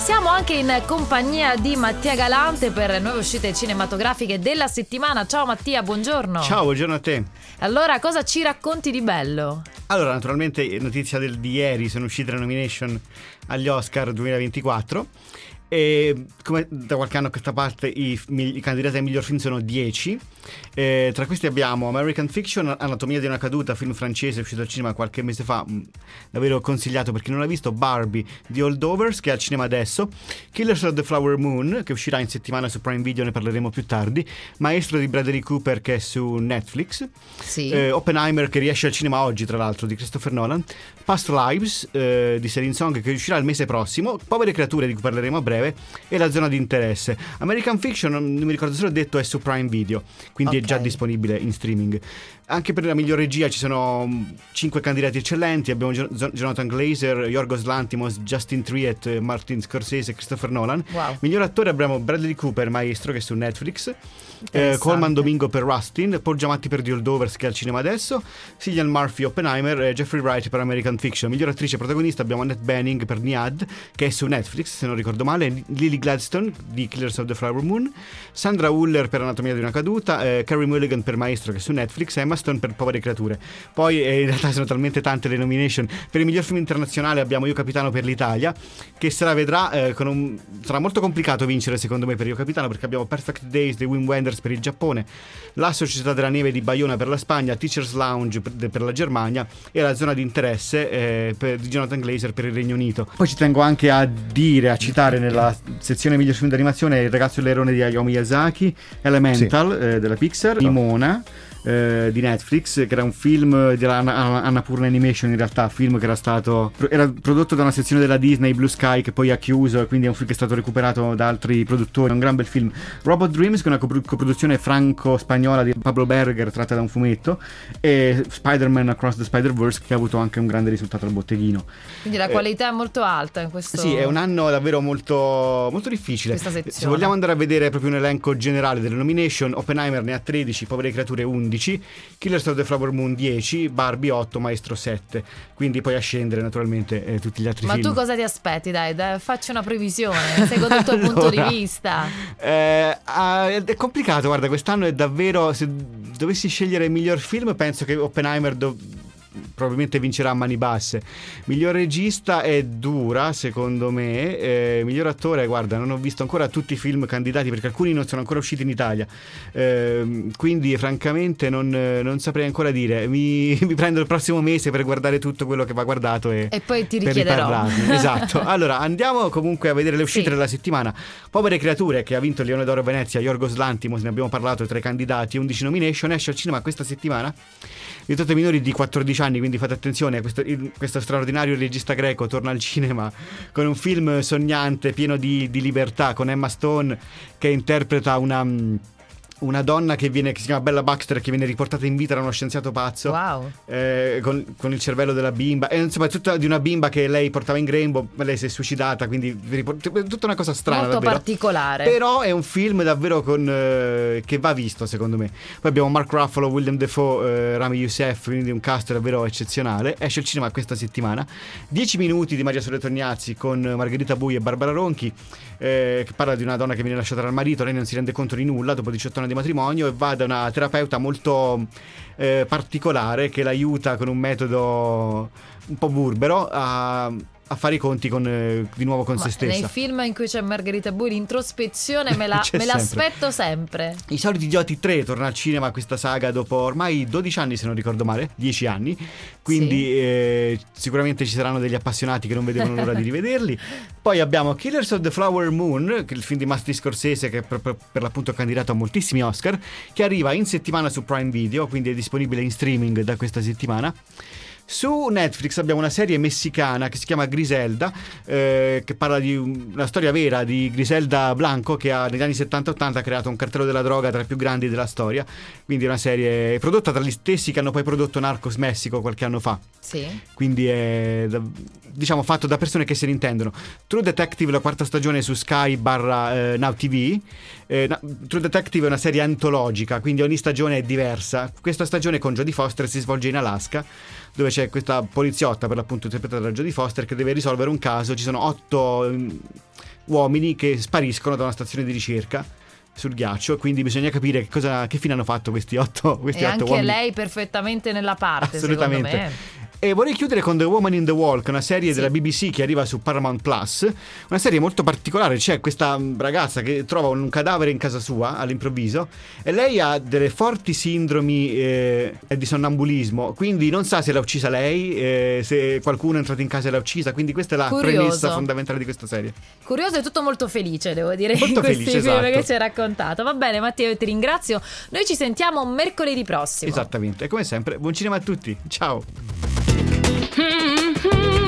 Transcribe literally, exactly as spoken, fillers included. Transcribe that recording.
siamo anche in compagnia di Mattia Galante per nuove uscite cinematografiche della settimana. Ciao Mattia, buongiorno. Ciao, buongiorno a te. Allora, cosa ci racconti di bello? Allora, naturalmente, notizia del, di ieri, sono uscite le nomination agli Oscar duemilaventiquattro. E come da qualche anno a questa parte i, i candidati ai miglior film sono dieci. Eh, tra questi abbiamo American Fiction, Anatomia di una caduta, film francese uscito al cinema qualche mese fa, davvero consigliato per chi non l'ha visto. Barbie, The Holdovers, che è al cinema adesso. Killers of the Flower Moon, che uscirà in settimana su Prime Video, ne parleremo più tardi. Maestro di Bradley Cooper, che è su Netflix. Sì. eh, Oppenheimer, che riesce al cinema oggi, tra l'altro, di Christopher Nolan. Past Lives, eh, di Celine Song, che uscirà il mese prossimo. Povere creature, di cui parleremo a breve. E La zona di interesse. American Fiction, non mi ricordo se l'ho detto, è su Prime Video, quindi okay, è già disponibile in streaming. Anche per la miglior regia ci sono cinque candidati eccellenti. Abbiamo Jonathan Glazer, Yorgos Lanthimos, Justin Triet, Martin Scorsese e Christopher Nolan. Wow. Miglior attore abbiamo Bradley Cooper, Maestro, che è su Netflix. eh, Colman Domingo per Rustin, Paul Giamatti per The Holdovers, che è al cinema adesso, Cillian Murphy Oppenheimer e Jeffrey Wright per American Fiction. Miglior attrice protagonista abbiamo Annette Bening per Niad, che è su Netflix se non ricordo male, Lily Gladstone di Killers of the Flower Moon, Sandra Huller per Anatomia di una caduta, eh, Carey Mulligan per Maestro, che è su Netflix, e Emma Stone per Povere creature. Poi eh, in realtà sono talmente tante le nomination. Per il miglior film internazionale abbiamo Io Capitano per l'Italia, che se la vedrà eh, con un... sarà molto complicato vincere secondo me per Io Capitano, perché abbiamo Perfect Days di Wim Wenders per il Giappone, La Società della Neve di Bayona per la Spagna, Teachers Lounge per, per la Germania e La zona di interesse eh, per, di Jonathan Glazer per il Regno Unito. Poi ci tengo anche a dire, a citare nella sezione miglior film d'animazione Il ragazzo e l'erone di Hayao Miyazaki, Elemental sì. eh, della Pixar, Nimona eh, di Netflix, che era un film della Annapurna Animation, in realtà film che era stato era prodotto da una sezione della Disney, Blue Sky, che poi ha chiuso, e quindi è un film che è stato recuperato da altri produttori. È un gran bel film. Robot Dreams, che è una coproduzione franco-spagnola di Pablo Berger, tratta da un fumetto, e Spider-Man Across the Spider-Verse, che ha avuto anche un grande risultato al botteghino. Quindi la qualità eh, è molto alta in questo. Sì, è un anno davvero molto, molto difficile. Questa sezione. Se vogliamo andare a vedere proprio un elenco generale delle nomination, Oppenheimer ne ha tredici, Povere creature undici, Killers of the Flower Moon dieci, Barbie otto, Maestro sette. Quindi poi a scendere naturalmente eh, tutti gli altri Ma film. Ma tu cosa ti aspetti? Dai, dai, facci una previsione secondo il tuo allora, punto di vista. Eh, è complicato, guarda, quest'anno è davvero, se dovessi scegliere il miglior film, penso che Oppenheimer do- probabilmente vincerà a mani basse. Miglior regista è dura secondo me. eh, miglior attore, guarda, non ho visto ancora tutti i film candidati, perché alcuni non sono ancora usciti in Italia, eh, quindi francamente non, non saprei ancora dire. mi, mi prendo il prossimo mese per guardare tutto quello che va guardato e, e poi ti per richiederò. Esatto. Allora andiamo comunque a vedere le uscite sì. della settimana. Povere creature, che ha vinto il Leone d'Oro a Venezia, Yorgos Lanthimos, ne abbiamo parlato, tra i candidati, undici nomination, esce al cinema questa settimana. Vietato ai minori di quattordici anni, quindi fate attenzione. Questo, il, questo straordinario regista greco torna al cinema con un film sognante, pieno di, di libertà, con Emma Stone che interpreta una... una donna che viene che si chiama Bella Baxter, che viene riportata in vita da uno scienziato pazzo. Wow. eh, con, con il cervello della bimba, e insomma è tutta di una bimba che lei portava in grembo, lei si è suicidata, quindi tutta una cosa strana, molto davvero particolare. Però è un film davvero con eh, che va visto secondo me. Poi abbiamo Mark Ruffalo, Willem Dafoe, eh, Rami Youssef, quindi un cast davvero eccezionale. Esce al cinema questa settimana. dieci minuti di Maria Soledad Tognazzi con Margherita Bui e Barbara Ronchi, eh, che parla di una donna che viene lasciata dal marito, lei non si rende conto di nulla dopo diciotto anni di matrimonio, e va da una terapeuta molto eh, particolare che l'aiuta con un metodo un po' burbero a, a fare i conti con, eh, di nuovo con Ma se stessa. Nei film in cui c'è Margherita Bui l'introspezione me, la, me l'aspetto sempre. I Soliti Idioti tre torna al cinema, questa saga, dopo ormai dodici anni se non ricordo male, dieci anni, quindi sì. eh, sicuramente ci saranno degli appassionati che non vedevano l'ora di rivederli. Poi abbiamo Killers of the Flower Moon, che è il film di Martin Scorsese, che è per, per, per l'appunto candidato a moltissimi Oscar, che arriva in settimana su Prime Video, quindi è disponibile in streaming da questa settimana. Su Netflix abbiamo una serie messicana che si chiama Griselda, eh, che parla di una storia vera di Griselda Blanco, che ha negli anni settanta ottanta creato un cartello della droga tra i più grandi della storia. Quindi è una serie prodotta tra gli stessi che hanno poi prodotto Narcos Messico qualche anno fa. Sì. Quindi è, diciamo, fatto da persone che se ne intendono. True Detective, la quarta stagione su Sky barra eh, Now T V. Eh, True Detective è una serie antologica, quindi ogni stagione è diversa. Questa stagione con Jodie Foster si svolge in Alaska, dove c'è questa poliziotta, per l'appunto interpretata da Jodie Foster, che deve risolvere un caso. Ci sono otto uomini che spariscono da una stazione di ricerca sul ghiaccio, quindi bisogna capire che, cosa, che fine hanno fatto questi otto questi e otto anche uomini. lei perfettamente nella parte, assolutamente, secondo me. E vorrei chiudere con The Woman in the Wall, che è una serie sì. della B B C che arriva su Paramount Plus. Una serie molto particolare. C'è questa ragazza che trova un cadavere in casa sua all'improvviso e lei ha delle forti sindromi eh, di sonnambulismo, quindi non sa se l'ha uccisa lei, eh, se qualcuno è entrato in casa e l'ha uccisa. Quindi questa è la Curioso. premessa fondamentale di questa serie. Curioso e tutto molto felice, devo dire, molto in questi felice, film esatto. che ci hai raccontato. Va bene Mattia, io ti ringrazio. Noi ci sentiamo mercoledì prossimo. Esattamente, e come sempre buon cinema a tutti. Ciao. Mm-hmm.